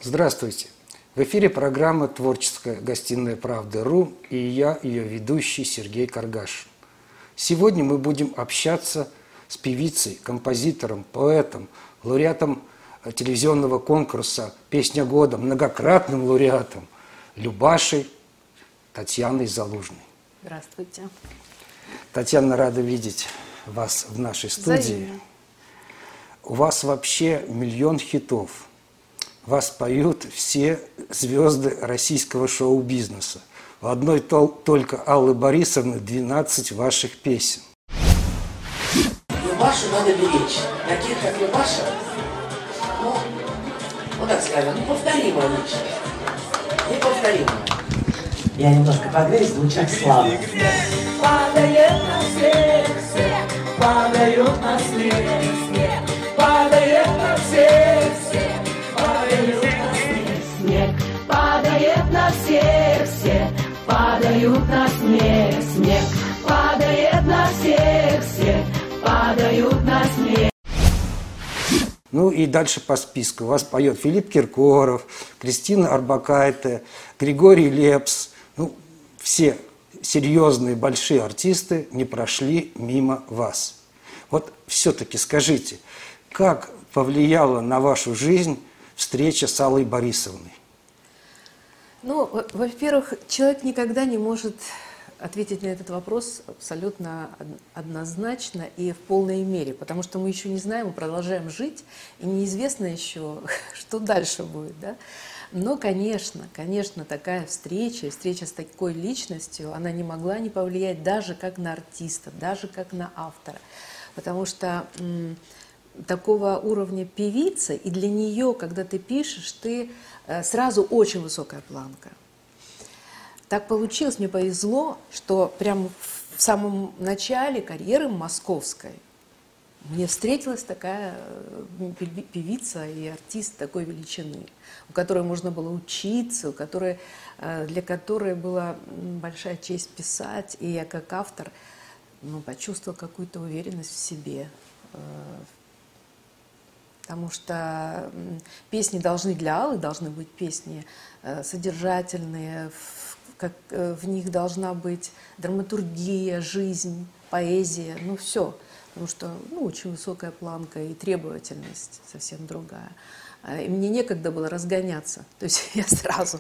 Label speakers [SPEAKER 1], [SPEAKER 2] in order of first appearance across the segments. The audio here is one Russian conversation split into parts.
[SPEAKER 1] Здравствуйте! В эфире программа «Творческая гостиная Правды.ру» и я, ее ведущий Сергей Каргашин. Сегодня мы будем общаться с певицей, композитором, поэтом, лауреатом телевизионного конкурса «Песня года», многократным лауреатом Любашей Татьяной Залужной.
[SPEAKER 2] Здравствуйте.
[SPEAKER 1] Татьяна, рада видеть вас в нашей студии.
[SPEAKER 2] Взаимно.
[SPEAKER 1] У вас вообще миллион хитов. Вас поют все звезды российского шоу-бизнеса. У одной только Аллы Борисовны 12 ваших песен.
[SPEAKER 3] Любашу надо беречь. Таких, как Любаша, вот так скажем, неповторимая личность. Неповторимая. Я немножко погреюсь, звучит слабо.
[SPEAKER 4] Падает на снег, падают на снег, падает на всех, падают на снег, падает на всех, падают на снег, падает на всех, падают на снег.
[SPEAKER 1] Ну и дальше по списку. У вас поет Филипп Киркоров, Кристина Орбакайте, Григорий Лепс. Ну, все серьезные большие артисты не прошли мимо вас. Вот все-таки скажите, как повлияла на вашу жизнь встреча с Аллой Борисовной?
[SPEAKER 2] Ну, во-первых, человек никогда не может ответить на этот вопрос абсолютно однозначно и в полной мере, потому что мы еще не знаем, мы продолжаем жить, и неизвестно еще, что дальше будет, да? Но, конечно, такая встреча с такой личностью, она не могла не повлиять даже как на артиста, даже как на автора, потому что такого уровня певицы, и для нее, когда ты пишешь, ты сразу очень высокая планка. Так получилось, мне повезло, что прямо в самом начале карьеры московской мне встретилась такая певица и артист такой величины, у которой можно было учиться, для которой была большая честь писать, и я как автор почувствовала какую-то уверенность в себе. Потому что песни для Аллы должны быть песни содержательные, в них должна быть драматургия, жизнь, поэзия, все. Потому что очень высокая планка и требовательность совсем другая. И мне некогда было разгоняться. То есть я сразу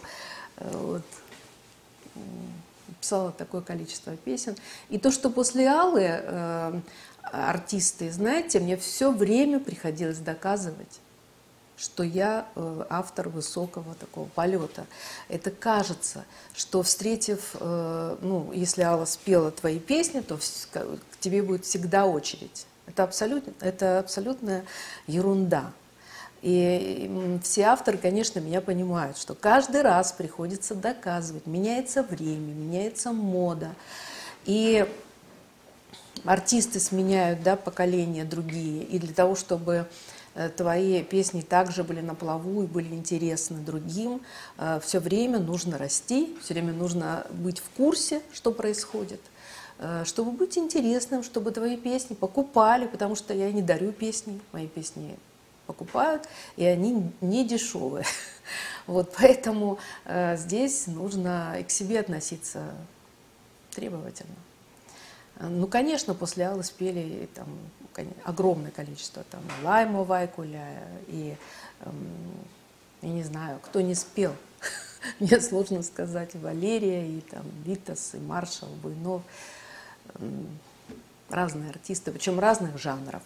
[SPEAKER 2] писала такое количество песен. И то, что после Аллы артисты, знаете, мне все время приходилось доказывать, что я автор высокого такого полета. Это кажется, что встретив, если Алла спела твои песни, то к тебе будет всегда очередь. Это абсолютная ерунда. И все авторы, конечно, меня понимают, что каждый раз приходится доказывать. Меняется время, меняется мода. И артисты сменяют, поколения другие. И для того, чтобы твои песни также были на плаву и были интересны другим, все время нужно расти, все время нужно быть в курсе, что происходит, чтобы быть интересным, чтобы твои песни покупали, потому что я не дарю песни, мои песни покупают, и они не дешевые. Поэтому здесь нужно и к себе относиться требовательно. Конечно, после Аллы спели огромное количество, Лайма Вайкуля, и я не знаю, кто не спел, мне сложно сказать, и Валерия, и Витас, и Маршал, Буйнов, разные артисты, причем разных жанров.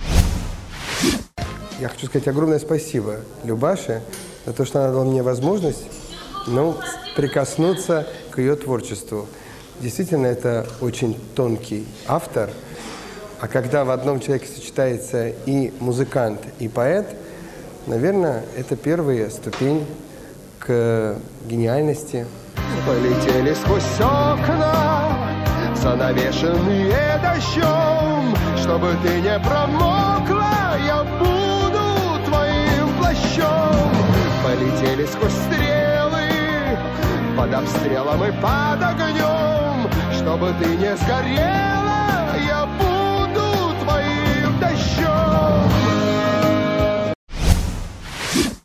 [SPEAKER 5] Я хочу сказать огромное спасибо Любаше за то, что она дала мне возможность прикоснуться к ее творчеству. Действительно, это очень тонкий автор, а когда в одном человеке сочетается и музыкант, и поэт, наверное, это первая ступень к гениальности.
[SPEAKER 6] Полетели сквозь окна, занавешенные дождем, чтобы ты не промокла, я буду твоим плащом. Полетели сквозь стрелы, под обстрелом и под огнем, чтобы ты не сгорела, я буду твоим дождем.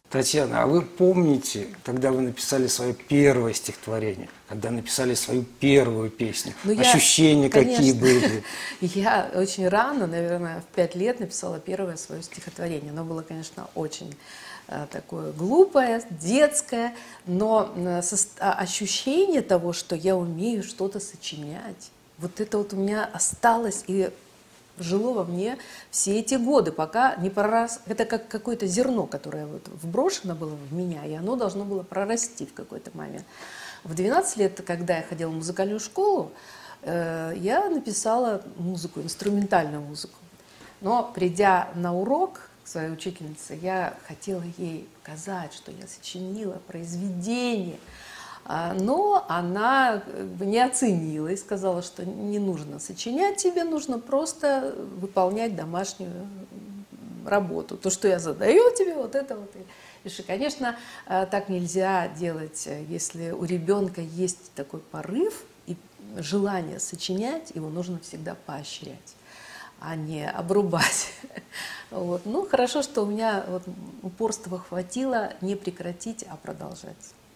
[SPEAKER 1] Татьяна, а вы помните, когда вы написали свое первое стихотворение, когда написали свою первую песню? Ощущения какие были?
[SPEAKER 2] Я очень рано, наверное, в 5 лет написала первое свое стихотворение. Оно было, конечно, очень такое глупое, детское, но ощущение того, что я умею что-то сочинять, вот это вот у меня осталось и жило во мне все эти годы, пока не пророс. Это как какое-то зерно, которое вот вброшено было в меня, и оно должно было прорасти в какой-то момент. В 12 лет, когда я ходила в музыкальную школу, я написала музыку, инструментальную музыку. Но придя на урок к своей учительнице, я хотела ей показать, что я сочинила произведение. Но она не оценила и сказала, что не нужно сочинять, тебе нужно просто выполнять домашнюю работу. То, что я задаю тебе, вот это вот. И, конечно, так нельзя делать, если у ребенка есть такой порыв и желание сочинять, его нужно всегда поощрять, а не обрубать. Вот. Ну, хорошо, что у меня вот упорства хватило не прекратить, а продолжать.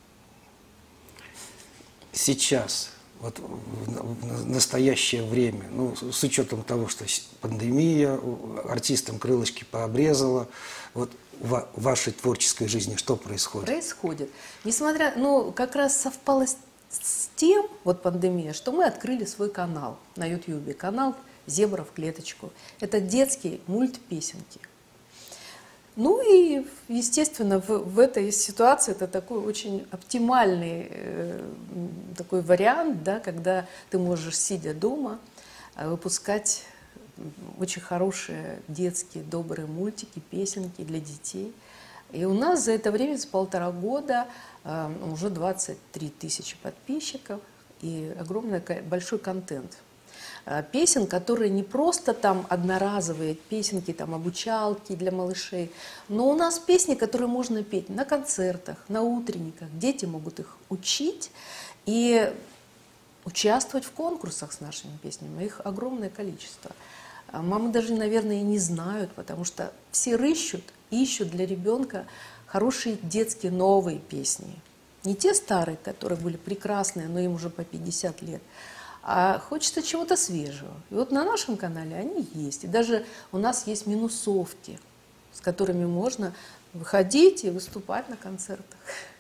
[SPEAKER 1] Сейчас, вот в настоящее время, ну, с учетом того, что пандемия, артистам крылышки пообрезала, вот в вашей творческой жизни что происходит?
[SPEAKER 2] Происходит. Несмотря, ну, как раз совпало с тем, вот пандемия, что мы открыли свой канал на YouTube, канал «Зебра в клеточку». Это детские мультпесенки. Ну и, естественно, в этой ситуации это такой очень оптимальный такой вариант, да, когда ты можешь, сидя дома, выпускать очень хорошие детские добрые мультики, песенки для детей. И у нас за это время, за 1,5 года, уже 23 тысячи подписчиков и огромный большой контент. Песен, которые не просто там одноразовые песенки, там обучалки для малышей, но у нас песни, которые можно петь на концертах, на утренниках. Дети могут их учить и участвовать в конкурсах с нашими песнями. Их огромное количество. Мамы даже, наверное, и не знают, потому что все ищут для ребенка хорошие детские новые песни. Не те старые, которые были прекрасные, но им уже по 50 лет, а хочется чего-то свежего. И вот на нашем канале они есть. И даже у нас есть минусовки, с которыми можно выходить и выступать на концертах.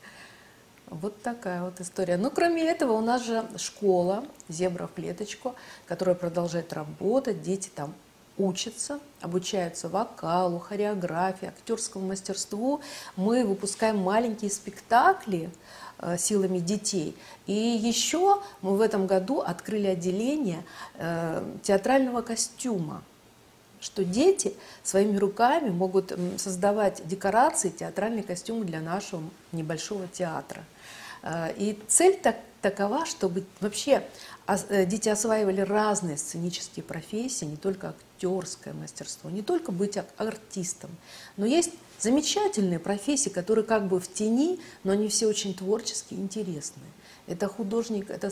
[SPEAKER 2] Вот такая вот история. Ну, кроме этого, у нас же школа «Зебра в клеточку», которая продолжает работать. Дети там учатся, обучаются вокалу, хореографии, актерскому мастерству. Мы выпускаем маленькие спектакли силами детей. И еще мы в этом году открыли отделение театрального костюма, что дети своими руками могут создавать декорации, театральные костюмы для нашего небольшого театра. И цель такова, чтобы вообще дети осваивали разные сценические профессии, не только актерское мастерство, не только быть артистом, но есть замечательные профессии, которые как бы в тени, но они все очень творческие, интересные. Это художник, это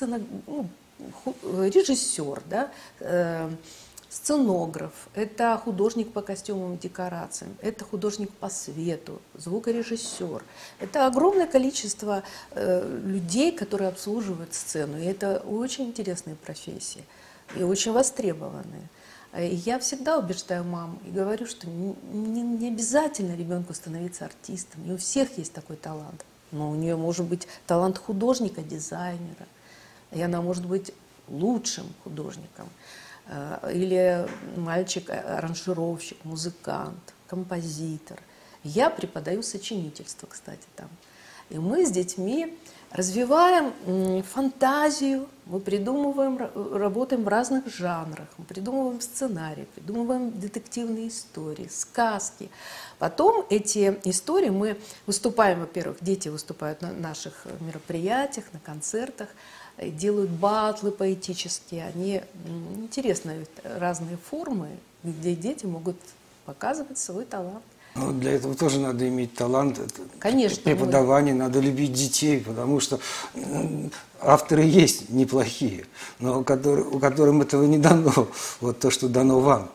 [SPEAKER 2] режиссер, да, сценограф, это художник по костюмам и декорациям, это художник по свету, звукорежиссер. Это огромное количество людей, которые обслуживают сцену. И это очень интересные профессии и очень востребованные. И я всегда убеждаю мам и говорю, что не обязательно ребенку становиться артистом. Не у всех есть такой талант. Но у нее может быть талант художника, дизайнера. И она может быть лучшим художником. Или мальчик-аранжировщик, музыкант, композитор. Я преподаю сочинительство, кстати, там. И мы с детьми развиваем фантазию, мы придумываем, работаем в разных жанрах, мы придумываем сценарии, придумываем детективные истории, сказки. Потом эти истории мы выступаем, во-первых, дети выступают на наших мероприятиях, на концертах, делают батлы поэтические, они интересные разные формы, где дети могут показывать свой талант.
[SPEAKER 1] Ну, для этого тоже надо иметь талант.
[SPEAKER 2] Конечно.
[SPEAKER 1] Преподавание, надо любить детей, потому что авторы есть неплохие, но которым этого не дано, вот то, что дано вам.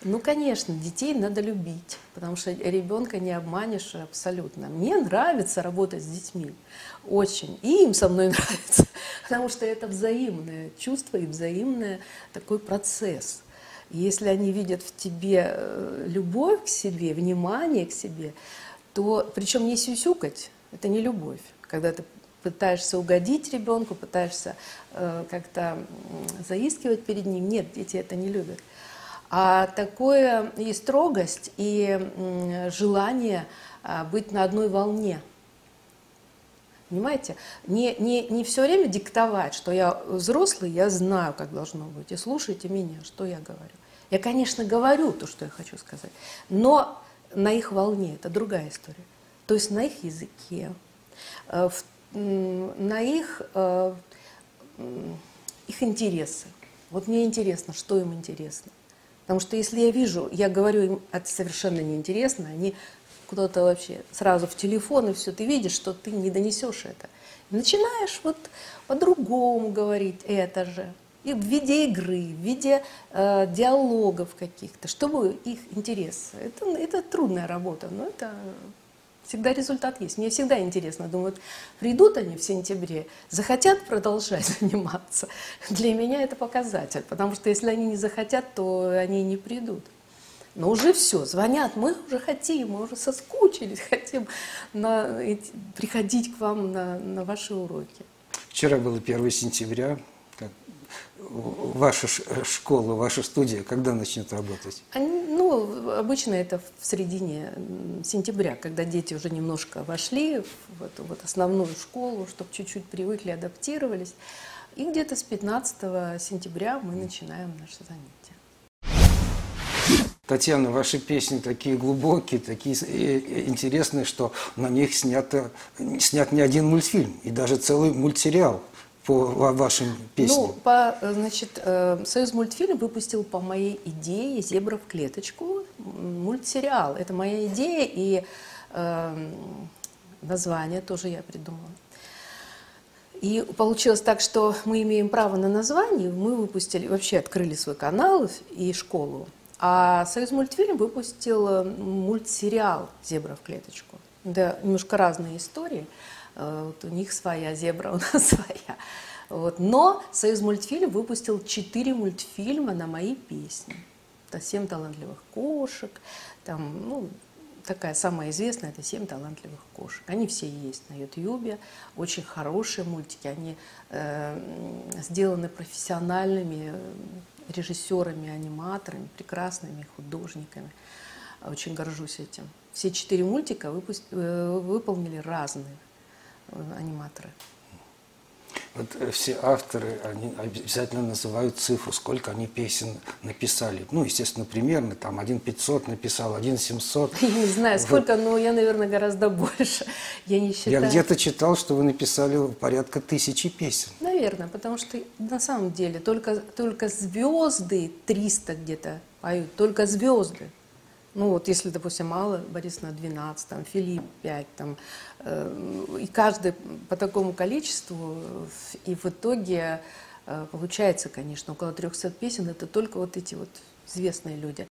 [SPEAKER 2] Ну, конечно, детей надо любить, потому что ребенка не обманешь абсолютно. Мне нравится работать с детьми, очень, и им со мной нравится, потому что это взаимное чувство и взаимный такой процесс. И если они видят в тебе любовь к себе, внимание к себе, то, причем не сюсюкать, это не любовь, когда ты пытаешься угодить ребенку, пытаешься как-то заискивать перед ним. Нет, дети это не любят. А такое и строгость, и желание быть на одной волне. Понимаете? Не все время диктовать, что я взрослый, я знаю, как должно быть, и слушайте меня, что я говорю. Я, конечно, говорю то, что я хочу сказать, но на их волне, это другая история. То есть на их языке, на их интересы. Вот мне интересно, что им интересно. Потому что если я вижу, я говорю им, это совершенно неинтересно, они куда-то вообще сразу в телефон, и все, ты видишь, что ты не донесешь это. И начинаешь вот по-другому говорить это же. И в виде игры, в виде диалогов каких-то, чтобы их интересы. Это трудная работа, но это всегда результат есть. Мне всегда интересно, думаю, придут они в сентябре, захотят продолжать заниматься. Для меня это показатель, потому что если они не захотят, то они не придут. Но уже все, звонят, мы уже хотим, мы уже соскучились, хотим приходить к вам на ваши уроки.
[SPEAKER 1] Вчера было 1 сентября. Ваша школа, ваша студия, когда начнет работать?
[SPEAKER 2] Обычно это в середине сентября, когда дети уже немножко вошли в эту вот основную школу, чтобы чуть-чуть привыкли, адаптировались. И где-то с 15 сентября мы начинаем наши занятия.
[SPEAKER 1] Татьяна, ваши песни такие глубокие, такие интересные, что на них снят не один мультфильм и даже целый мультсериал по вашим песням.
[SPEAKER 2] Союз мультфильм выпустил по моей идее «Зебра в клеточку» мультсериал. Это моя идея, и название тоже я придумала. И получилось так, что мы имеем право на название, мы выпустили, вообще открыли свой канал и школу. А Союз мультфильм выпустил мультсериал «Зебра в клеточку». Да, немножко разные истории. Вот у них своя зебра, у нас своя. Вот. Но Союз мультфильм выпустил 4 мультфильма на мои песни. Это «7 талантливых кошек». Там, такая самая известная – это «7 талантливых кошек». Они все есть на Ютьюбе. Очень хорошие мультики. Они сделаны профессиональными режиссерами, аниматорами, прекрасными художниками. Очень горжусь этим. Все 4 мультика выполнили разные аниматоры.
[SPEAKER 1] Вот все авторы, они обязательно называют цифру, сколько они песен написали. Естественно, примерно, там, 1500 написал, 1700.
[SPEAKER 2] Я не знаю, сколько, но я, наверное, гораздо больше. Я не считаю.
[SPEAKER 1] Я где-то читал, что вы написали порядка 1000 песен.
[SPEAKER 2] Наверное, потому что на самом деле только звезды 300 где-то поют, только звезды. Если, допустим, Алла Борисовна 12, там, Филипп 5, там, и каждый по такому количеству, и в итоге получается, конечно, около 300 песен, это только вот эти вот известные люди.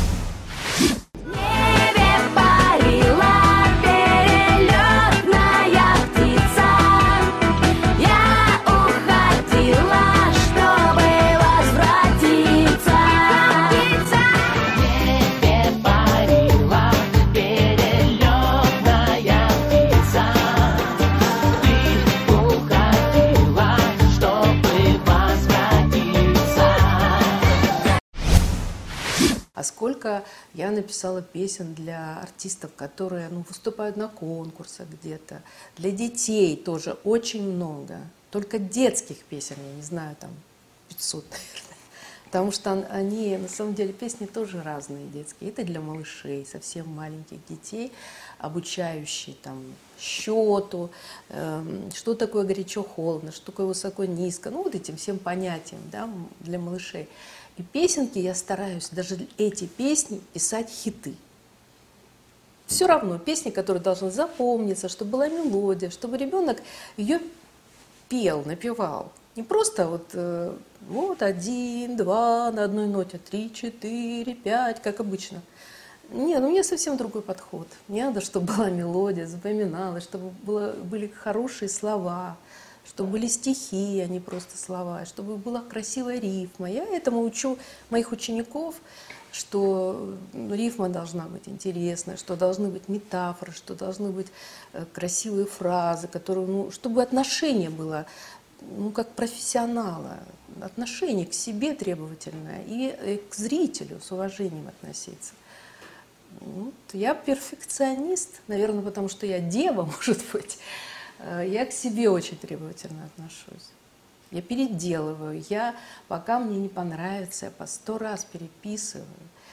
[SPEAKER 2] А сколько я написала песен для артистов, которые выступают на конкурсах где-то. Для детей тоже очень много. Только детских песен, я не знаю, там 500, наверное. Потому что они, на самом деле, песни тоже разные детские. Это для малышей, совсем маленьких детей, обучающие там счету, что такое горячо-холодно, что такое высоко-низко. Вот этим всем понятиям, да, для малышей. И песенки я стараюсь, даже эти песни, писать хиты. Все равно песни, которые должны запомниться, чтобы была мелодия, чтобы ребенок ее пел, напевал. Не просто вот 1, 2 на одной ноте, 3, 4, 5, как обычно. Нет, у меня совсем другой подход. Мне надо, чтобы была мелодия, запоминалась, чтобы были хорошие слова, чтобы были стихи, а не просто слова, чтобы была красивая рифма. Я этому учу моих учеников, что рифма должна быть интересная, что должны быть метафоры, что должны быть красивые фразы, которые, чтобы отношение было, как профессионала, отношение к себе требовательное и к зрителю с уважением относиться. Я перфекционист, наверное, потому что я дева, может быть. Я к себе очень требовательно отношусь. Я переделываю, пока мне не понравится, я по 100 раз переписываю.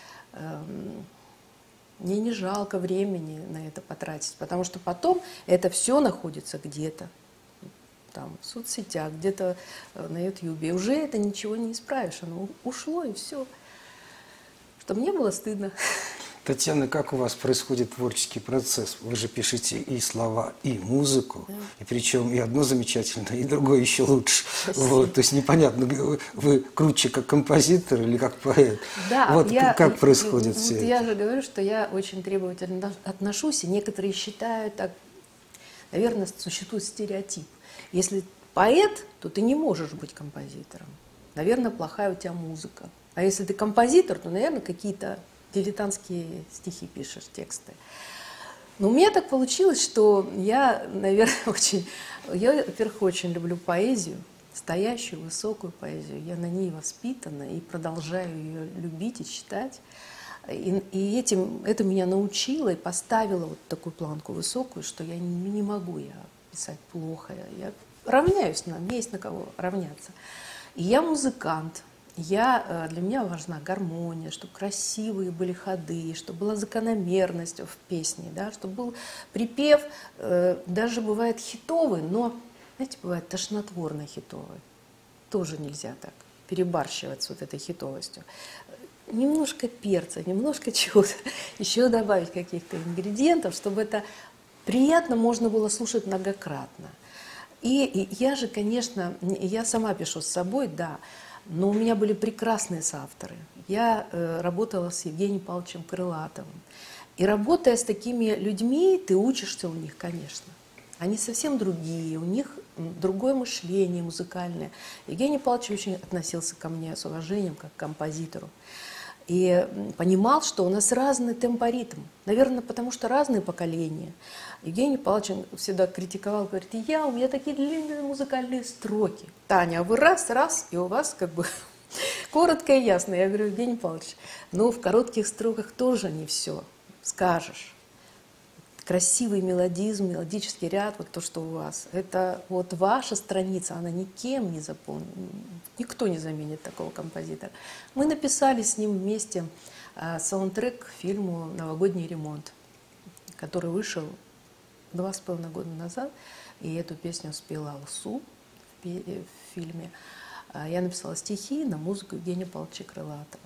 [SPEAKER 2] Мне не жалко времени на это потратить, потому что потом это все находится где-то, там, в соцсетях, где-то на Ютьюбе. И уже это ничего не исправишь, оно ушло и все. Чтобы мне было стыдно.
[SPEAKER 1] Татьяна, как у вас происходит творческий процесс? Вы же пишете и слова, и музыку, да. И причем и одно замечательно, и другое еще лучше. Вот, то есть непонятно, вы круче как композитор или как поэт.
[SPEAKER 2] Да,
[SPEAKER 1] вот как происходит все это?
[SPEAKER 2] Я же говорю, что я очень требовательно отношусь, и некоторые считают так, наверное, существует стереотип. Если поэт, то ты не можешь быть композитором. Наверное, плохая у тебя музыка. А если ты композитор, то, наверное, какие-то дилетантские стихи пишешь, тексты. Но у меня так получилось, что я, наверное, во-первых, очень люблю поэзию, настоящую, высокую поэзию. Я на ней воспитана и продолжаю ее любить и читать. И это меня научило и поставило вот такую планку высокую, что я не могу писать плохо. Я равняюсь, мне есть на кого равняться. И я музыкант. Для меня важна гармония, чтобы красивые были ходы, чтобы была закономерность в песне, да, чтобы был припев, даже бывает хитовый, но, знаете, бывает тошнотворно хитовый. Тоже нельзя так перебарщивать с вот этой хитовостью. Немножко перца, немножко чего-то, еще добавить каких-то ингредиентов, чтобы это приятно можно было слушать многократно. И я же, конечно, я сама пишу с собой, да, но у меня были прекрасные соавторы. Я работала с Евгением Павловичем Крылатовым. И работая с такими людьми, ты учишься у них, конечно. Они совсем другие, у них другое мышление музыкальное. Евгений Павлович очень относился ко мне с уважением, как к композитору. И понимал, что у нас разный темпоритм. Наверное, потому что разные поколения. Евгений Павлович всегда критиковал, говорит, у меня такие длинные музыкальные строки. Таня, а вы раз, и у вас как бы коротко и ясно. Я говорю, Евгений Павлович, в коротких строках тоже не все скажешь. Красивый мелодизм, мелодический ряд, вот то, что у вас, это вот ваша страница, она никем не заполнена, никто не заменит такого композитора. Мы написали с ним вместе саундтрек к фильму «Новогодний ремонт», который вышел 2,5 года назад, и эту песню спела Алсу в фильме. Я написала стихи на музыку Евгения Павловича Крылатова.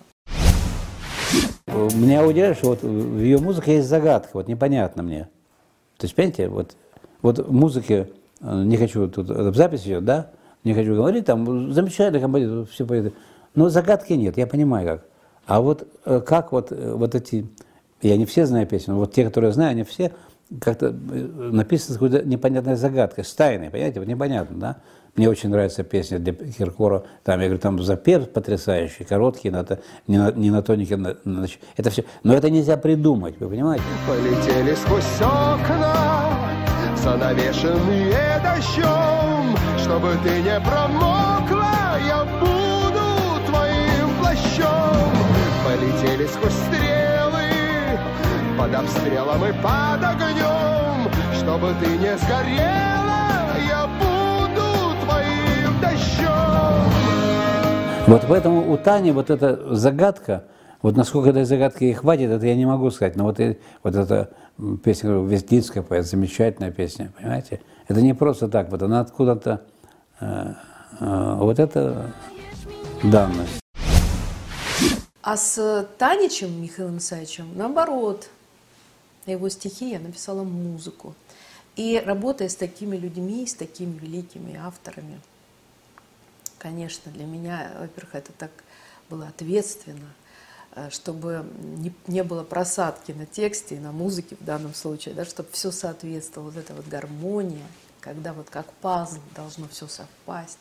[SPEAKER 7] Меня удивляет, что вот в ее музыке есть загадка, вот непонятно мне. То есть, понимаете, вот в музыке, не хочу, тут запись идет, да, не хочу говорить, там замечательный композитор, все поэты, но загадки нет, я понимаю как. А вот как вот эти, я не все знаю песни, но вот те, которые знаю, они все как-то написаны с какой-то непонятной загадкой, с тайной, понимаете, вот непонятно, да. Мне очень нравится песня для Киркорова, там, я говорю, там запев потрясающий, короткий, не на тонике, это все, но это нельзя придумать, вы понимаете?
[SPEAKER 6] Полетели сквозь окна, занавешенные дождем, чтобы ты не промокла, я буду твоим плащом. Полетели сквозь стрелы, под обстрелом и под огнем, чтобы ты не сгорела, я буду твоим дождем.
[SPEAKER 7] Вот поэтому у Тани вот эта загадка, вот насколько этой загадки ей хватит, это я не могу сказать, но вот эта песня, Вестницкая поэт, замечательная песня, понимаете? Это не просто так, вот она откуда-то, вот это данность.
[SPEAKER 2] А с Таничем Михаилом Исаевичем, наоборот, на его стихи я написала музыку. И работая с такими людьми, с такими великими авторами, Конечно, для меня, во-первых, это так было ответственно, чтобы не было просадки на тексте и на музыке в данном случае, да, чтобы все соответствовало, вот эта вот гармония, когда вот как пазл должно все совпасть.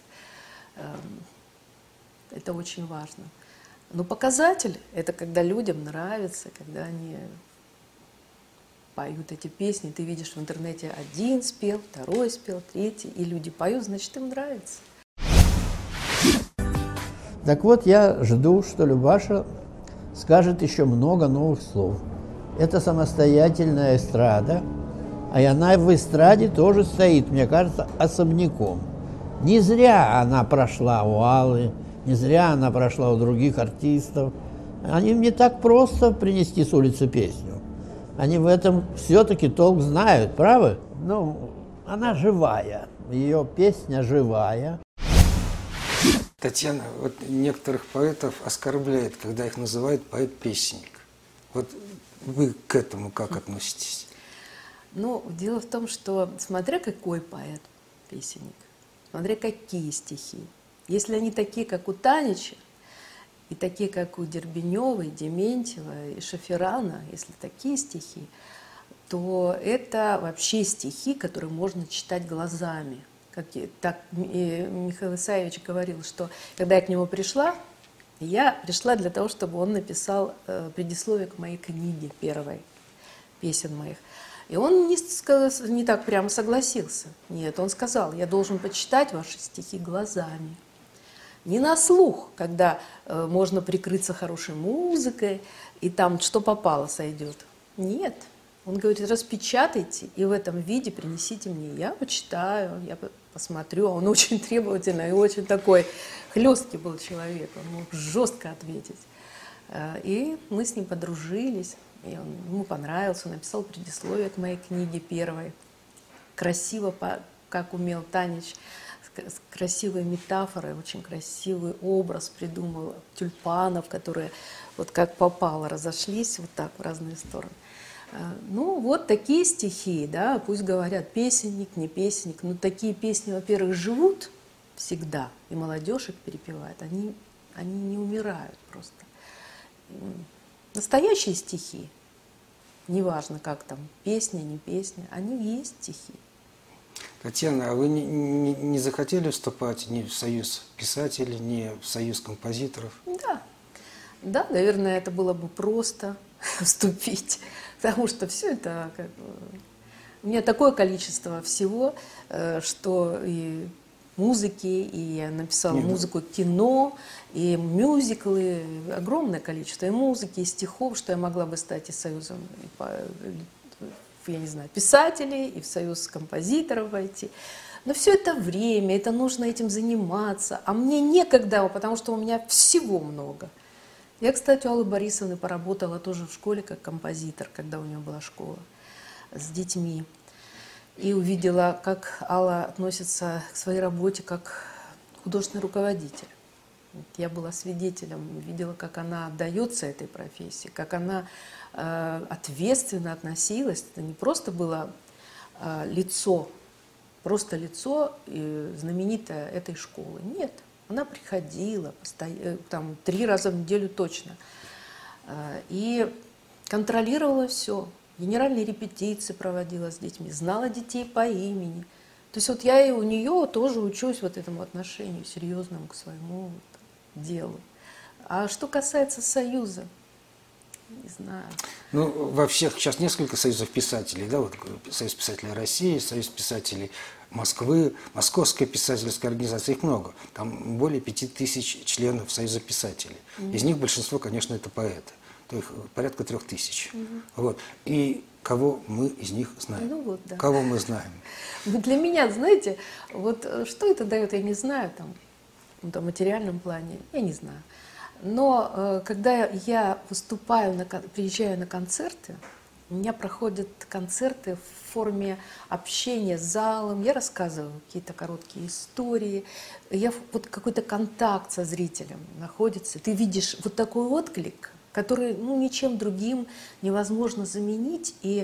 [SPEAKER 2] Это очень важно. Но показатель – это когда людям нравится, когда они поют эти песни. Ты видишь в интернете, один спел, второй спел, третий, и люди поют, значит, им нравится.
[SPEAKER 8] Так вот, я жду, что Любаша скажет еще много новых слов. Это самостоятельная эстрада, а она в эстраде тоже стоит, мне кажется, особняком. Не зря она прошла у Аллы, не зря она прошла у других артистов. Они не так просто принести с улицы песню. Они в этом все-таки толк знают, правы? Ну, она живая, ее песня живая.
[SPEAKER 1] Татьяна, вот некоторых поэтов оскорбляет, когда их называют поэт-песенник. Вот вы к этому как относитесь?
[SPEAKER 2] Ну, дело в том, что смотря какой поэт-песенник, смотря какие стихи. Если они такие, как у Танича, и такие, как у Дербенева, и Дементьева, и Шаферана, если такие стихи, то это вообще стихи, которые можно читать глазами. Так Михаил Исаевич говорил, что когда я к нему пришла, я пришла для того, чтобы он написал предисловие к моей книге первой, песен моих. И он не так прямо согласился. Нет, он сказал, я должен почитать ваши стихи глазами. Не на слух, когда можно прикрыться хорошей музыкой, и там что попало сойдет. Нет. Он говорит, распечатайте и в этом виде принесите мне. Я почитаю, я посмотрю. Он очень требовательный и очень такой хлесткий был человек. Он мог жестко ответить. И мы с ним подружились. И ему понравился. Он написал предисловие к моей книге первой. Красиво, как умел Танич, с красивой метафорой, очень красивый образ придумал тюльпанов, которые вот как попало разошлись вот так в разные стороны. Ну, вот такие стихи, да, пусть говорят песенник, не песенник, но такие песни, во-первых, живут всегда, и молодежь их перепевает, они не умирают просто. Настоящие стихи, неважно как там, песня, не песня, они есть стихи.
[SPEAKER 1] Татьяна, а вы не захотели вступать ни в союз писателей, ни в союз композиторов?
[SPEAKER 2] Да, наверное, это было бы просто вступить, потому что все это как бы... У меня такое количество всего, что и музыки, и я написала музыку к кино, и мюзиклы, огромное количество и музыки, и стихов, что я могла бы стать и союзом, я не знаю, писателей, и в союз композиторов войти. Но все это время, это нужно этим заниматься, а мне некогда, потому что у меня всего много. Я, кстати, у Аллы Борисовны поработала тоже в школе как композитор, когда у нее была школа с детьми. И увидела, как Алла относится к своей работе как художественный руководитель. Я была свидетелем, видела, как она отдается этой профессии, как она ответственно относилась. Это не просто было лицо, просто лицо знаменитое этой школы. Нет. Она приходила там 3 раза в неделю точно и контролировала все. Генеральные репетиции проводила с детьми, знала детей по имени. То есть вот я и у нее тоже учусь вот этому отношению серьезному к своему делу. А что касается союза, не знаю.
[SPEAKER 1] Ну, во всех сейчас несколько союзов писателей, да, вот Союз писателей России, Союз писателей Москвы, Московская писательская организация, их много. Там более 5000 членов Союза писателей. Из них большинство, конечно, это поэты. То их порядка 3000. Вот. И кого мы из них знаем?
[SPEAKER 2] Ну, вот, да.
[SPEAKER 1] Кого мы знаем?
[SPEAKER 2] Для меня, знаете, вот что это дает, я не знаю, там, в материальном плане, я не знаю. Но когда я выступаю, приезжаю на концерты, у меня проходят концерты в форме общения с залом, я рассказываю какие-то короткие истории, вот какой-то контакт со зрителем находится, ты видишь вот такой отклик, который ничем другим невозможно заменить, и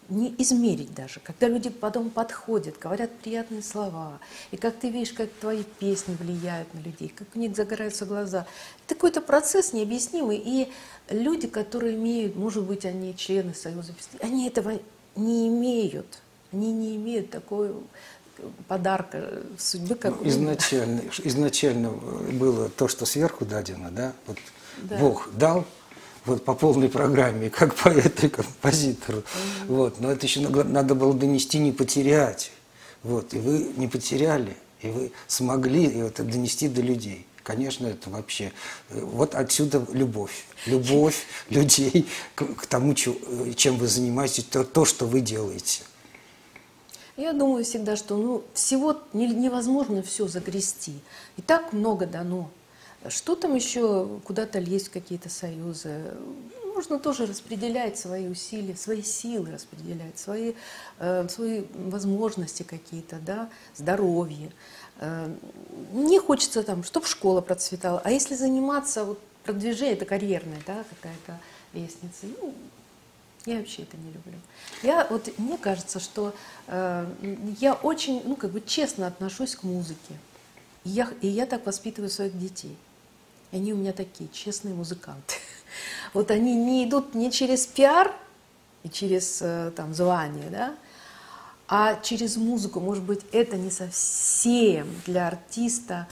[SPEAKER 2] не измерить даже. Когда люди потом подходят, говорят приятные слова, и как ты видишь, как твои песни влияют на людей, как у них загораются глаза. Это какой-то процесс необъяснимый, и люди, которые имеют, может быть, они члены Союза писателей, они этого не имеют. Они не имеют такой подарка судьбы, как
[SPEAKER 1] изначально было то, что сверху дадено, да? Вот
[SPEAKER 2] да.
[SPEAKER 1] Бог дал, вот по полной программе, как поэту и композитору. Вот. Но это еще надо было донести, не потерять. Вот. И вы не потеряли, и вы смогли это донести до людей. Конечно, это вообще... Вот отсюда любовь. Любовь людей к тому, чем вы занимаетесь, то, что вы делаете.
[SPEAKER 2] Я думаю всегда, что всего невозможно все загрести. И так много дано. Что там еще куда-то лезть в какие-то союзы? Можно тоже распределять свои усилия, свои силы распределять, свои возможности какие-то, да, здоровье. Мне хочется там, чтобы школа процветала. А если заниматься вот, продвижением, это карьерная, да, какая-то лестница, я вообще это не люблю. Мне кажется, что я очень, честно отношусь к музыке. И я так воспитываю своих детей. Они у меня такие честные музыканты. Вот они не идут не через пиар и через там, звание, да, а через музыку. Может быть, это не совсем для артиста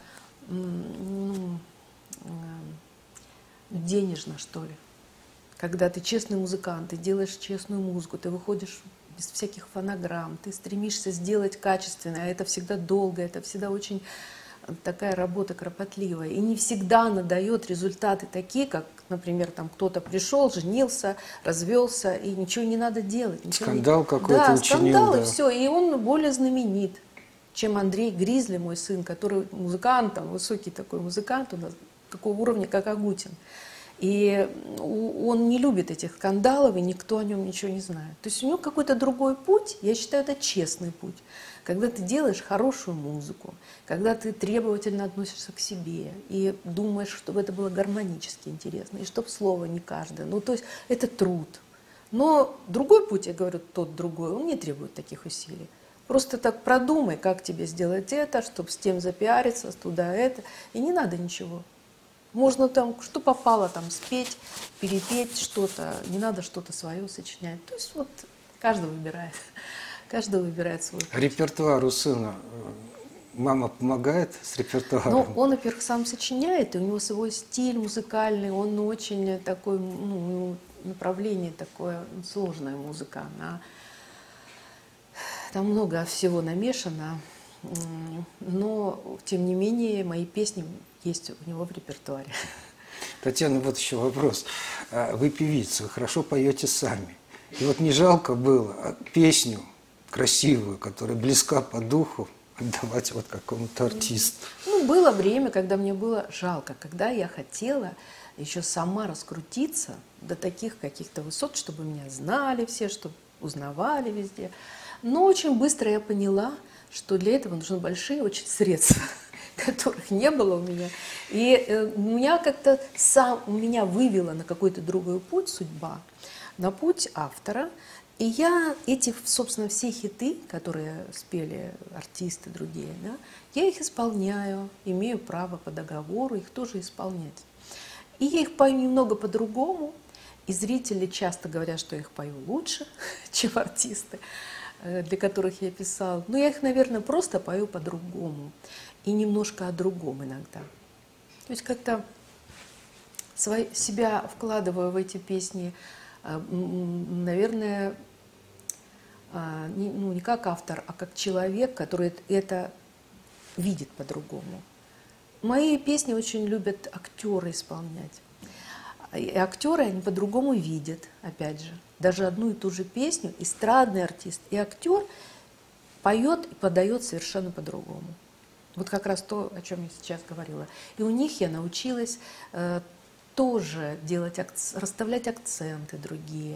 [SPEAKER 2] денежно, что ли. Когда ты честный музыкант, ты делаешь честную музыку, ты выходишь без всяких фонограмм, ты стремишься сделать качественно, а это всегда долго, это всегда очень такая работа кропотливая. И не всегда она дает результаты такие, как, например, там кто-то пришел, женился, развелся, и ничего не надо делать.
[SPEAKER 1] Скандал какой-то
[SPEAKER 2] да,
[SPEAKER 1] учинил.
[SPEAKER 2] Скандал,
[SPEAKER 1] да,
[SPEAKER 2] и все. И он более знаменит, чем Андрей Гризли, мой сын, который музыкант, там, высокий такой музыкант у нас, такого уровня, как Агутин. И он не любит этих скандалов, и никто о нем ничего не знает. То есть у него какой-то другой путь, я считаю, это честный путь. Когда ты делаешь хорошую музыку, когда ты требовательно относишься к себе и думаешь, чтобы это было гармонически интересно, и чтобы слово не каждое. То есть это труд. Но другой путь, я говорю, тот другой, он не требует таких усилий. Просто так продумай, как тебе сделать это, чтобы с тем запиариться, туда это, и не надо ничего. Можно там, что попало, там спеть, перепеть что-то, не надо что-то свое сочинять. То есть вот каждый выбирает свой путь.
[SPEAKER 1] Репертуар у сына. Мама помогает с репертуаром?
[SPEAKER 2] Ну, он, во-первых, сам сочиняет, и у него свой стиль музыкальный, он очень такой, направление такое, сложная музыка. Там много всего намешано, но, тем не менее, мои песни есть у него в репертуаре.
[SPEAKER 1] Татьяна, вот еще вопрос. Вы певица, вы хорошо поете сами. И вот не жалко было песню красивую, которая близка по духу, отдавать вот какому-то артисту?
[SPEAKER 2] Было время, когда мне было жалко, когда я хотела еще сама раскрутиться до таких каких-то высот, чтобы меня знали все, чтобы узнавали везде. Но очень быстро я поняла, что для этого нужны большие очень средства, которых не было у меня. И меня вывела на какой-то другой путь судьба, на путь автора. И я собственно, все хиты, которые спели артисты другие, да, я их исполняю, имею право по договору их тоже исполнять. И я их пою немного по-другому, и зрители часто говорят, что я их пою лучше, чем артисты, для которых я писала. Но я их, наверное, просто пою по-другому и немножко о другом иногда. То есть как-то себя вкладываю в эти песни, наверное, не как автор, а как человек, который это видит по-другому. Мои песни очень любят актеры исполнять. И актеры, они по-другому видят, опять же. Даже одну и ту же песню эстрадный артист и актер поет и подает совершенно по-другому. Вот как раз то, о чем я сейчас говорила. И у них я научилась тоже расставлять акценты другие,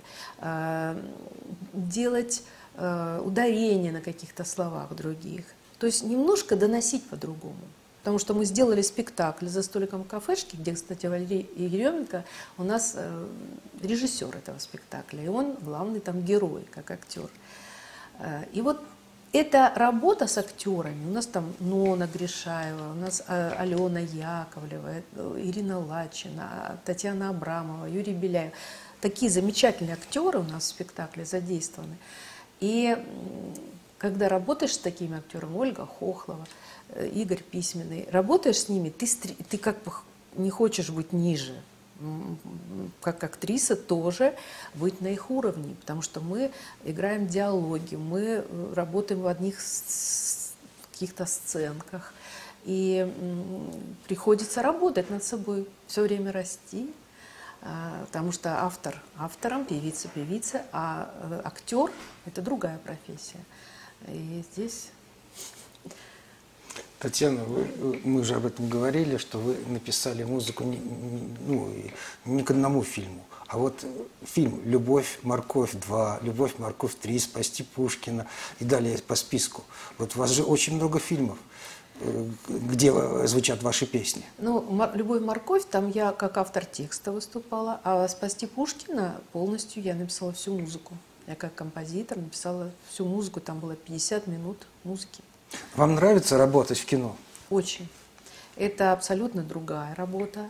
[SPEAKER 2] делать ударения на каких-то словах других. То есть немножко доносить по-другому. Потому что мы сделали спектакль «За столиком кафешки», где, кстати, Валерий Еременко у нас режиссер этого спектакля, и он главный там герой, как актер. И вот эта работа с актерами, у нас там Нона Гришаева, у нас Алена Яковлева, Ирина Лачина, Татьяна Абрамова, Юрий Беляев. Такие замечательные актеры у нас в спектакле задействованы. И когда работаешь с такими актерами, Ольга Хохлова, Игорь Письменный, работаешь с ними, ты как бы не хочешь быть ниже. Как актриса тоже быть на их уровне, потому что мы играем диалоги, мы работаем в одних каких-то сценках, и приходится работать над собой, все время расти, потому что автор автором, певица певица, а актер – это другая профессия. И здесь…
[SPEAKER 1] Татьяна, мы уже об этом говорили, что вы написали музыку не к одному фильму, а вот фильм «Любовь, морковь 2», «Любовь, морковь 3», «Спасти Пушкина» и далее по списку. Вот у вас же очень много фильмов, где звучат ваши песни.
[SPEAKER 2] Ну, «Любовь, морковь», там я как автор текста выступала, а «Спасти Пушкина» полностью я написала всю музыку. Я как композитор написала всю музыку, там было 50 минут музыки.
[SPEAKER 1] Вам нравится работать в кино?
[SPEAKER 2] Очень. Это абсолютно другая работа.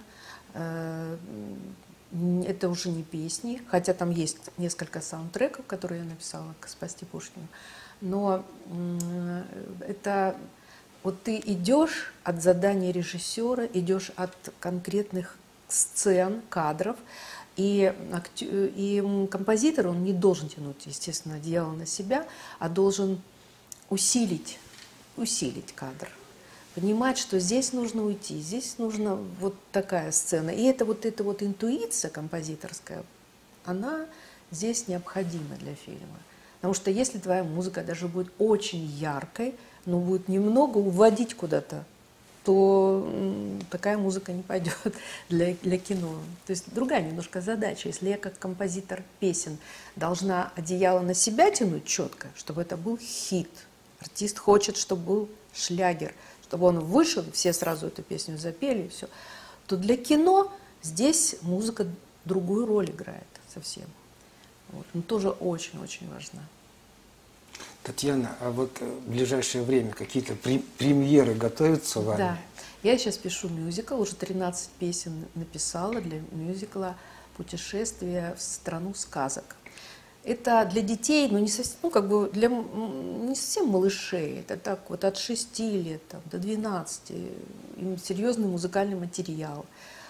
[SPEAKER 2] Это уже не песни, хотя там есть несколько саундтреков, которые я написала к «Спасти Пушкина». Но это вот ты идешь от задания режиссера, идешь от конкретных сцен, кадров, и композитор, он не должен тянуть, естественно, одеяло на себя, а должен усилить кадр, понимать, что здесь нужно уйти, здесь нужна вот такая сцена. И эта вот интуиция композиторская, она здесь необходима для фильма. Потому что если твоя музыка даже будет очень яркой, но будет немного уводить куда-то, то такая музыка не пойдет для кино. То есть другая немножко задача. Если я как композитор песен должна одеяло на себя тянуть четко, чтобы это был хит, артист хочет, чтобы был шлягер, чтобы он вышел, все сразу эту песню запели, и все, то для кино здесь музыка другую роль играет совсем. Вот. Но тоже очень-очень важна.
[SPEAKER 1] Татьяна, а вот в ближайшее время какие-то премьеры готовятся вами?
[SPEAKER 2] Да, я сейчас пишу мюзикл, уже 13 песен написала для мюзикла «Путешествие в страну сказок». Это для детей, но не совсем, не совсем малышей, это так вот от 6 лет до 12, им серьезный музыкальный материал.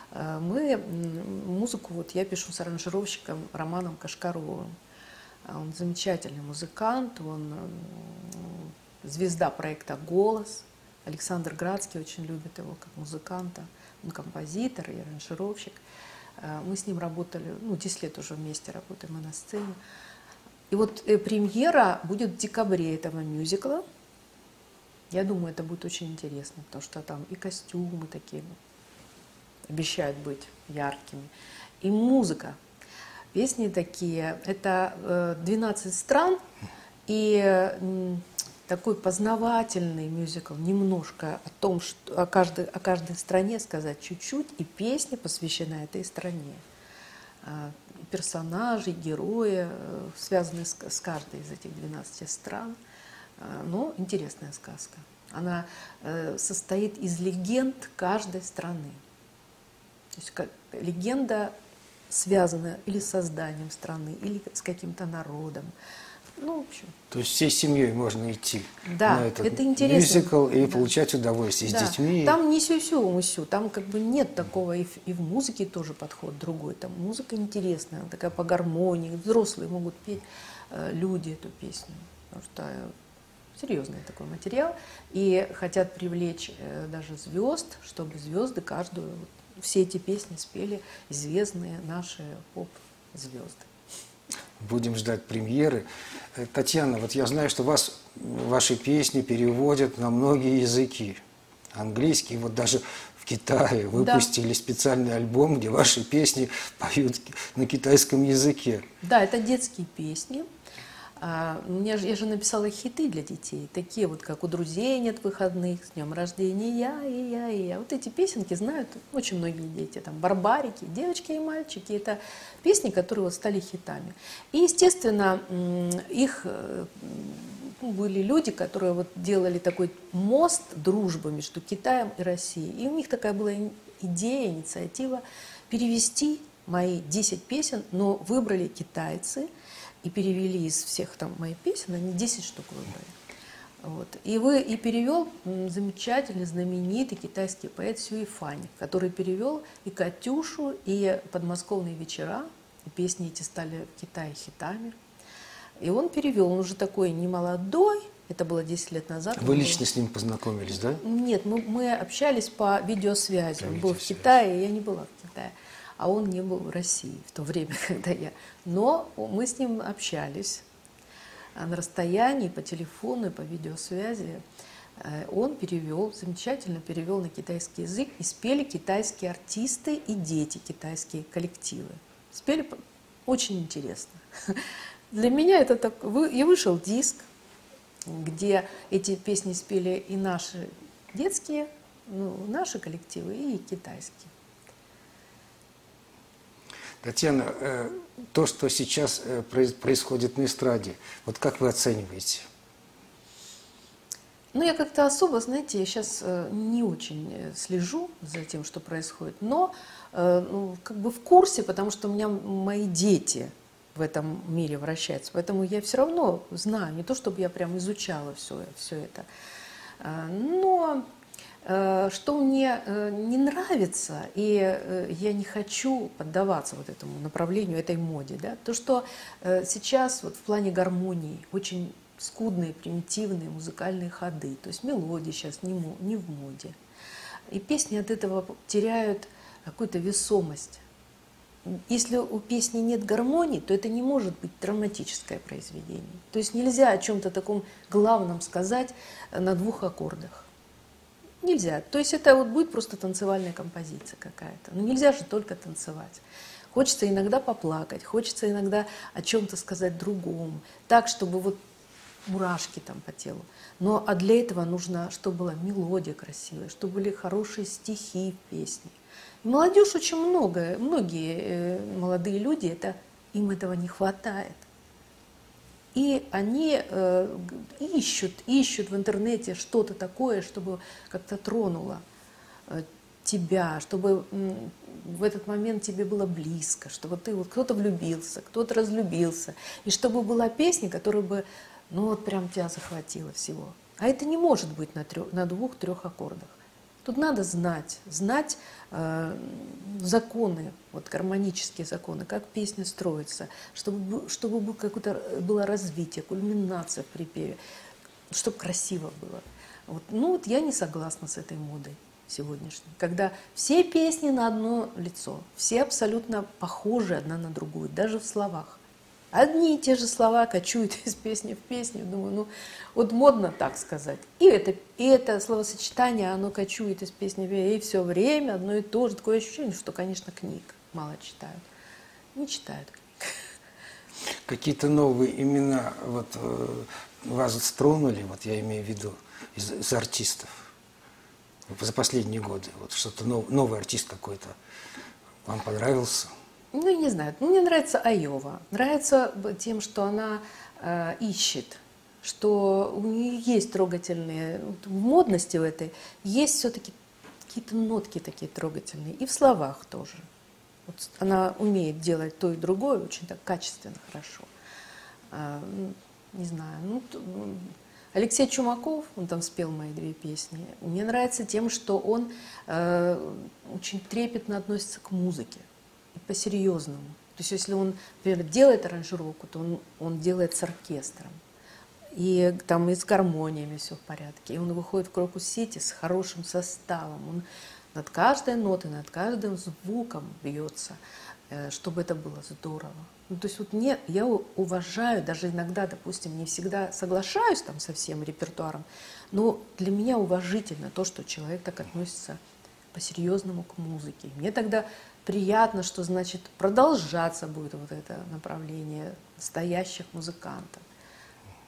[SPEAKER 2] Музыку я пишу с аранжировщиком Романом Кашкаровым. Он замечательный музыкант, он звезда проекта «Голос». Александр Градский очень любит его как музыканта, он композитор и аранжировщик. Мы с ним работали, 10 лет уже вместе работаем мы на сцене. И вот премьера будет в декабре этого мюзикла. Я думаю, это будет очень интересно, потому что там и костюмы такие обещают быть яркими, и музыка. Песни такие, это 12 стран, и такой познавательный мюзикл, немножко о том, что о каждой стране сказать чуть-чуть, и песня посвящена этой стране. Персонажи, герои, связанные с каждой из этих 12 стран. Но интересная сказка. Она состоит из легенд каждой страны. То есть легенда связана или с созданием страны, или с каким-то народом. В общем.
[SPEAKER 1] То есть всей семьей можно идти
[SPEAKER 2] на
[SPEAKER 1] этот
[SPEAKER 2] это интересно.
[SPEAKER 1] мюзикл и получать удовольствие с детьми.
[SPEAKER 2] Там не сю-сю-мусю, там нет такого, и в музыке тоже подход другой. Там музыка интересная, она такая по гармонии, взрослые могут петь, люди эту песню. Потому что серьезный такой материал. И хотят привлечь даже звезд, чтобы звезды все эти песни спели известные наши поп-звезды.
[SPEAKER 1] Будем ждать премьеры. Татьяна, вот я знаю, что ваши песни переводят на многие языки. Английский, вот даже в Китае выпустили специальный альбом, где ваши песни поют на китайском языке.
[SPEAKER 2] Да, это детские песни. Я же написала хиты для детей, такие вот, как «У друзей нет выходных», «С днем рождения я, и я, и я». Вот эти песенки знают очень многие дети, там «Барбарики», «Девочки и мальчики». Это песни, которые вот стали хитами. И, естественно, их были люди, которые вот делали такой мост дружбы между Китаем и Россией. И у них такая была идея, инициатива перевести мои 10 песен, но выбрали китайцы и перевели из всех там моих песен, они 10 штук выбрали. Вот. И перевел замечательный, знаменитый китайский поэт Сюй Фань, который перевел и «Катюшу», и «Подмосковные вечера», и песни эти стали в Китае хитами. И он перевел, он уже такой немолодой, это было 10 лет назад.
[SPEAKER 1] Вы лично с ним познакомились, да?
[SPEAKER 2] Нет, мы общались по видеосвязи. Он был в Китае, я не была в Китае. А он не был в России в то время, когда я. Но мы с ним общались на расстоянии, по телефону, по видеосвязи. Он перевел, замечательно перевел на китайский язык, и спели китайские артисты и дети, китайские коллективы. Спели очень интересно. Для меня это так... И вышел диск, где эти песни спели и наши детские, наши коллективы, и китайские.
[SPEAKER 1] Татьяна, то, что сейчас происходит на эстраде, вот как вы оцениваете?
[SPEAKER 2] Я как-то особо, знаете, я сейчас не очень слежу за тем, что происходит, но как бы в курсе, потому что у меня мои дети в этом мире вращаются, поэтому я все равно знаю, не то чтобы я прям изучала все это, но что мне не нравится, и я не хочу поддаваться вот этому направлению, этой моде, да, то, что сейчас вот в плане гармонии очень скудные, примитивные музыкальные ходы, то есть мелодии сейчас не в моде. И песни от этого теряют какую-то весомость. Если у песни нет гармонии, то это не может быть драматическое произведение. То есть нельзя о чем-то таком главном сказать на 2 аккордах. Нельзя. То есть это вот будет просто танцевальная композиция какая-то. Но нельзя же только танцевать. Хочется иногда поплакать, хочется иногда о чем-то сказать другом, так, чтобы вот мурашки там по телу. А для этого нужно, чтобы была мелодия красивая, чтобы были хорошие стихи в песне. И молодежь очень многие молодые люди, им этого не хватает. И они ищут в интернете что-то такое, чтобы как-то тронуло тебя, чтобы в этот момент тебе было близко, чтобы ты вот кто-то влюбился, кто-то разлюбился, и чтобы была песня, которая бы прям тебя захватила всего. А это не может быть на 2-3 аккордах. Тут надо знать законы, вот гармонические законы, как песня строится, чтобы было развитие, кульминация в припеве, чтобы красиво было. Вот я не согласна с этой модой сегодняшней, когда все песни на одно лицо, все абсолютно похожи одна на другую, даже в словах. Одни и те же слова кочуют из песни в песню. Думаю, вот модно так сказать. И это словосочетание, оно кочует из песни в песню. И все время одно и то же. Такое ощущение, что, конечно, книг мало читают. Не читают книг.
[SPEAKER 1] Какие-то новые имена вас стронули, я имею в виду, из артистов за последние годы? Вот что-то новый артист какой-то вам понравился?
[SPEAKER 2] Не знаю. Мне нравится Айова. Нравится тем, что она ищет, что у нее есть трогательные, в модности в этой, есть все-таки какие-то нотки такие трогательные. И в словах тоже. Вот она умеет делать то и другое очень так качественно, хорошо. Не знаю. Алексей Чумаков, он там спел мои 2 песни. Мне нравится тем, что он очень трепетно относится к музыке. По-серьезному. То есть если он, например, делает аранжировку, то он делает с оркестром. И там и с гармониями все в порядке. И он выходит в Крокус-Сити с хорошим составом. Он над каждой нотой, над каждым звуком бьется, чтобы это было здорово. То есть я уважаю, даже иногда, допустим, не всегда соглашаюсь там со всем репертуаром, но для меня уважительно то, что человек так относится по-серьезному к музыке. Мне тогда приятно, что, значит, продолжаться будет вот это направление настоящих музыкантов.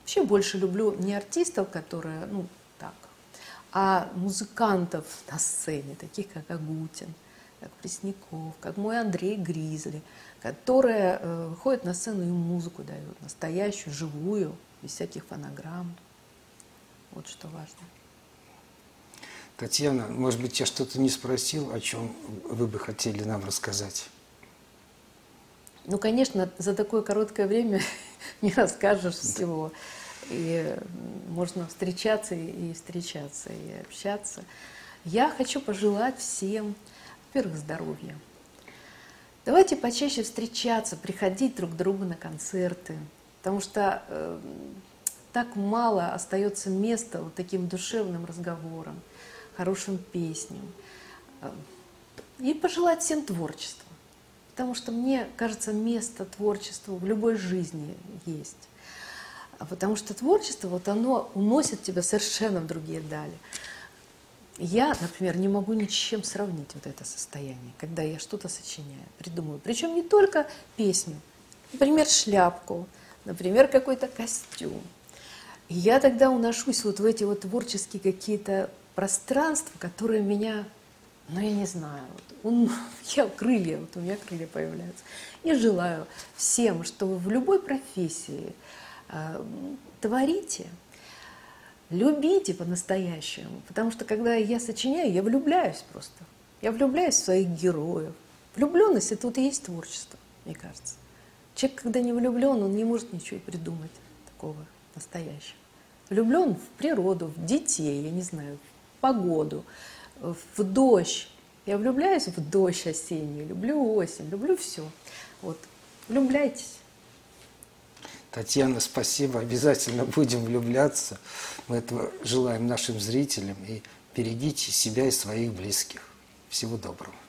[SPEAKER 2] Вообще больше люблю не артистов, которые, ну, так, а музыкантов на сцене, таких как Агутин, как Пресняков, как мой Андрей Гризли, которые ходят на сцену и музыку дают, настоящую, живую, без всяких фонограмм. Вот что важно.
[SPEAKER 1] Татьяна, может быть, я что-то не спросил, о чем вы бы хотели нам рассказать?
[SPEAKER 2] Ну, конечно, за такое короткое время не расскажешь всего. И можно встречаться и встречаться, и общаться. Я хочу пожелать всем, во-первых, здоровья. Давайте почаще встречаться, приходить друг к другу на концерты, потому что так мало остается места вот таким душевным разговорам, хорошим песням. И пожелать всем творчества, потому что, мне кажется, место творчеству в любой жизни есть. Потому что творчество, вот оно уносит тебя совершенно в другие дали. Я, например, не могу ни с чем сравнить вот это состояние, когда я что-то сочиняю, придумываю. Причем не только песню, например, шляпку, например, какой-то костюм. И я тогда уношусь вот в эти вот творческие какие-то пространства, которые меня, ну я не знаю, крылья, вот у меня крылья появляются. И желаю всем, что вы в любой профессии творите, любите по-настоящему, потому что когда я сочиняю, я влюбляюсь просто. Я влюбляюсь в своих героев. Влюбленность — это вот и есть творчество, мне кажется. Человек, когда не влюблен, он не может ничего и придумать такого настоящего. Влюблен в природу, в детей, я не знаю, в погоду, в дождь. Я влюбляюсь в дождь осенний, люблю осень, люблю все. Вот, влюбляйтесь.
[SPEAKER 1] Татьяна, спасибо. Обязательно будем влюбляться. Мы этого желаем нашим зрителям. И берегите себя и своих близких. Всего доброго.